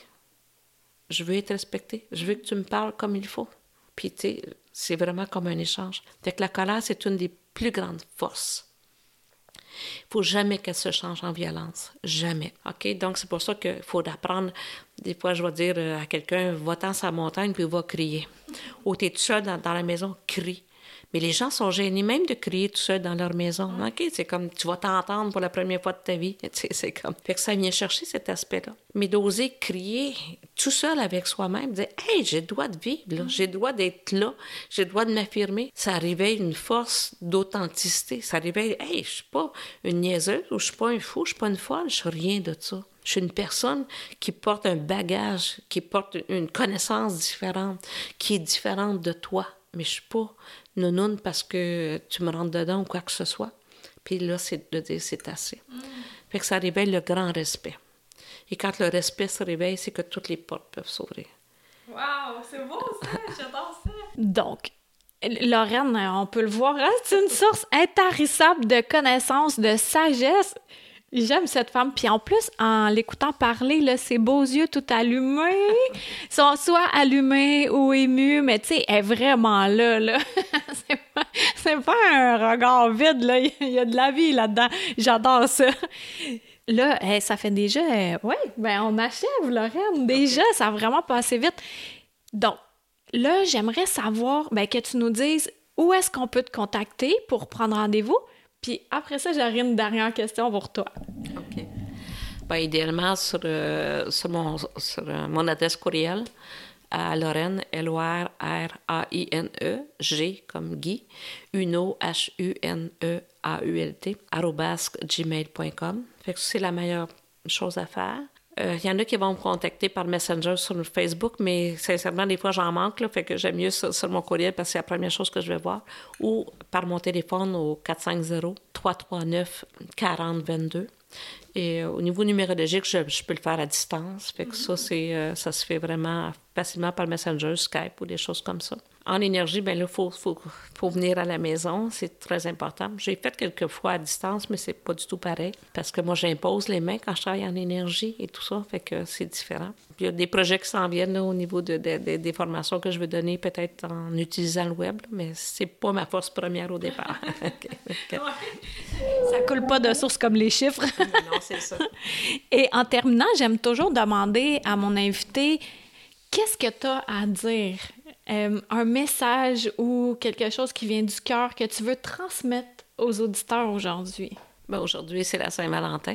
Je veux être respectée. Je veux que tu me parles comme il faut. » Puis, tu sais, c'est vraiment comme un échange. Fait que la colère, c'est une des plus grandes forces. Il ne faut jamais qu'elle se change en violence. Jamais. OK? Donc, c'est pour ça qu'il faut apprendre. Des fois, je vais dire à quelqu'un, va-t'en sa montagne, puis va crier. Ou tu es tout seul dans, dans la maison, crie. Mais les gens sont gênés même de crier tout seul dans leur maison. OK? C'est comme, tu vas t'entendre pour la première fois de ta vie. Tu sais, c'est comme... Fait que ça vient chercher cet aspect-là. Mais d'oser crier tout seul avec soi-même, dire « Hey, j'ai le droit de vivre, là. J'ai le droit d'être là. J'ai le droit de m'affirmer. » Ça réveille une force d'authenticité. Ça réveille « Hey, je suis pas une niaiseuse ou je suis pas un fou, je suis pas une folle. Je suis rien de ça. Je suis une personne qui porte un bagage, qui porte une connaissance différente, qui est différente de toi. Mais je suis pas nounoune parce que tu me rentres dedans ou quoi que ce soit. » Puis là, c'est de dire c'est assez. Mm. Fait que ça réveille le grand respect. Et quand le respect se réveille, c'est que toutes les portes peuvent s'ouvrir. Wow, c'est beau ça, j'adore ça. Donc, Lorraine, on peut le voir, hein? C'est une source intarissable de connaissances, de sagesse. J'aime cette femme. Puis en plus, en l'écoutant parler, là, ses beaux yeux tout allumés sont soit allumés ou émus, mais tu sais, elle est vraiment là, là. c'est, pas, c'est pas un regard vide, là. Il y a de la vie là-dedans. J'adore ça. Là, hey, ça fait déjà... Euh, oui, ben on achève, Lorraine. Déjà, okay. Ça a vraiment passé vite. Donc, là, j'aimerais savoir ben, que tu nous dises où est-ce qu'on peut te contacter pour prendre rendez-vous. Puis après ça, j'aurai une dernière question pour toi. OK. Bien, idéalement, sur, euh, sur, mon, sur euh, mon adresse courriel, à Lorraine, L O R R A I N E, G comme Guy, Huneault, H U N E A U L T, arobase gmail point com. Fait que c'est la meilleure chose à faire. Il euh, y en a qui vont me contacter par Messenger sur le Facebook, mais sincèrement, des fois, j'en manque, là, fait que j'aime mieux sur, sur mon courriel parce que c'est la première chose que je vais voir, ou par mon téléphone au quatre cinq zéro, trois trois neuf, quatre zéro deux deux. Et euh, au niveau numérologique, je, je peux le faire à distance. Fait que mm-hmm. ça, c'est, euh, ça se fait vraiment facilement par Messenger, Skype ou des choses comme ça. En énergie, bien là, il faut, faut, faut venir à la maison. C'est très important. J'ai fait quelques fois à distance, mais c'est pas du tout pareil. Parce que moi, j'impose les mains quand je travaille en énergie et tout ça. Fait que c'est différent. Puis il y a des projets qui s'en viennent là, au niveau de, de, de, des formations que je veux donner, peut-être en utilisant le web, là, mais c'est pas ma force première au départ. okay, okay. Ouais. Ça coule pas de source comme les chiffres. Non, c'est ça. Et en terminant, j'aime toujours demander à mon invité, qu'est-ce que tu as à dire? Euh, un message ou quelque chose qui vient du cœur que tu veux transmettre aux auditeurs aujourd'hui? Ben, aujourd'hui, c'est la Saint-Valentin.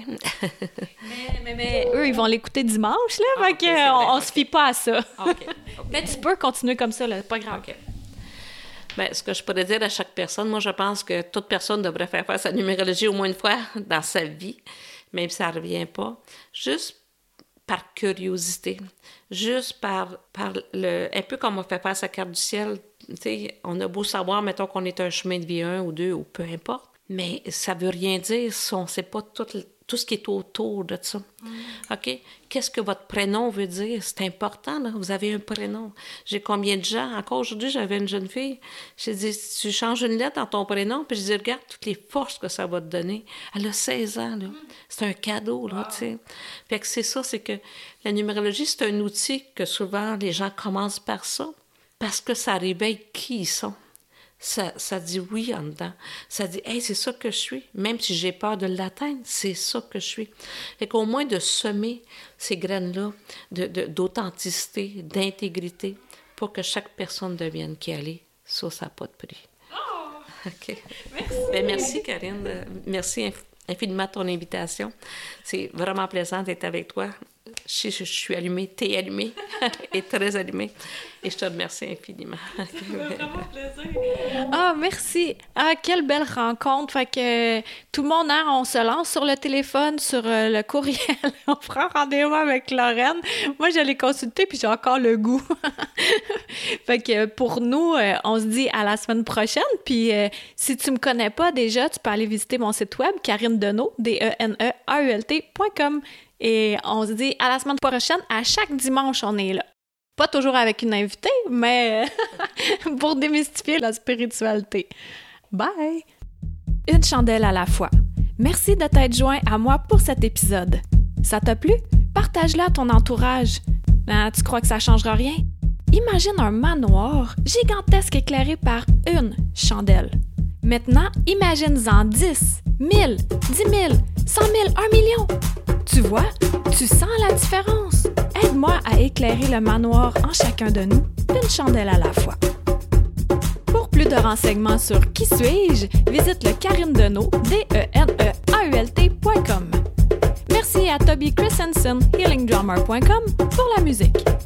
mais, mais, mais eux, ils vont l'écouter dimanche, là, ah, fait okay, qu'on on okay. se fie pas à ça. OK. okay. Mais tu peux continuer comme ça, là, pas grave. OK. Bien, ce que je pourrais dire à chaque personne, moi, je pense que toute personne devrait faire faire sa numérologie au moins une fois dans sa vie, même si ça ne revient pas, juste par curiosité, juste par, par le... Un peu comme on fait faire sa carte du ciel, tu sais, on a beau savoir, mettons qu'on est un chemin de vie un ou deux, ou peu importe, mais ça ne veut rien dire si on ne sait pas tout, tout ce qui est autour de ça. Mm. OK? Qu'est-ce que votre prénom veut dire? C'est important, là. Vous avez un prénom. J'ai combien de gens? Encore aujourd'hui, j'avais une jeune fille. J'ai dit, tu changes une lettre dans ton prénom, puis je dis, regarde toutes les forces que ça va te donner. Elle a seize ans, là. Mm. C'est un cadeau, là, wow. Tu sais. Fait que c'est ça, c'est que la numérologie, c'est un outil que souvent les gens commencent par ça, parce que ça réveille qui ils sont. Ça, ça dit oui en dedans. Ça dit, hey, c'est ça que je suis. Même si j'ai peur de l'atteindre, c'est ça que je suis. Fait qu'au moins de semer ces graines-là de, de, d'authenticité, d'intégrité, pour que chaque personne devienne qui elle est, ça, ça n'a pas de prix. Oh! OK. Merci. Bien, merci, Karine. Merci infiniment de ton invitation. C'est vraiment plaisant d'être avec toi. Je, je, je suis allumée, t'es allumée et très allumée. Et je te remercie infiniment. Ça fait vraiment plaisir. Ah, merci. Ah, quelle belle rencontre. Fait que tout le monde, hein, on se lance sur le téléphone, sur euh, le courriel. On prend rendez-vous avec Lorraine. Moi, je l'ai consultée puis j'ai encore le goût. Fait que pour nous, euh, on se dit à la semaine prochaine. Puis euh, si tu me connais pas déjà, tu peux aller visiter mon site web, Karine Deneault, D E N E A U L T point com. Et on se dit à la semaine prochaine. À chaque dimanche, on est là. Pas toujours avec une invitée, mais pour démystifier la spiritualité. Bye! Une chandelle à la fois. Merci de t'être joint à moi pour cet épisode. Ça t'a plu? Partage-le à ton entourage. Ben, tu crois que ça changera rien? Imagine un manoir gigantesque éclairé par une chandelle. Maintenant, imagine-en dix, mille, dix mille, cent mille, un million. Tu vois? Tu sens la différence? Aide-moi à éclairer le manoir en chacun de nous, d'une chandelle à la fois. Pour plus de renseignements sur Qui suis-je, visite le Karine Deneault, D E N E A U L T point com. Merci à Toby Christensen, healing drummer point com, pour la musique.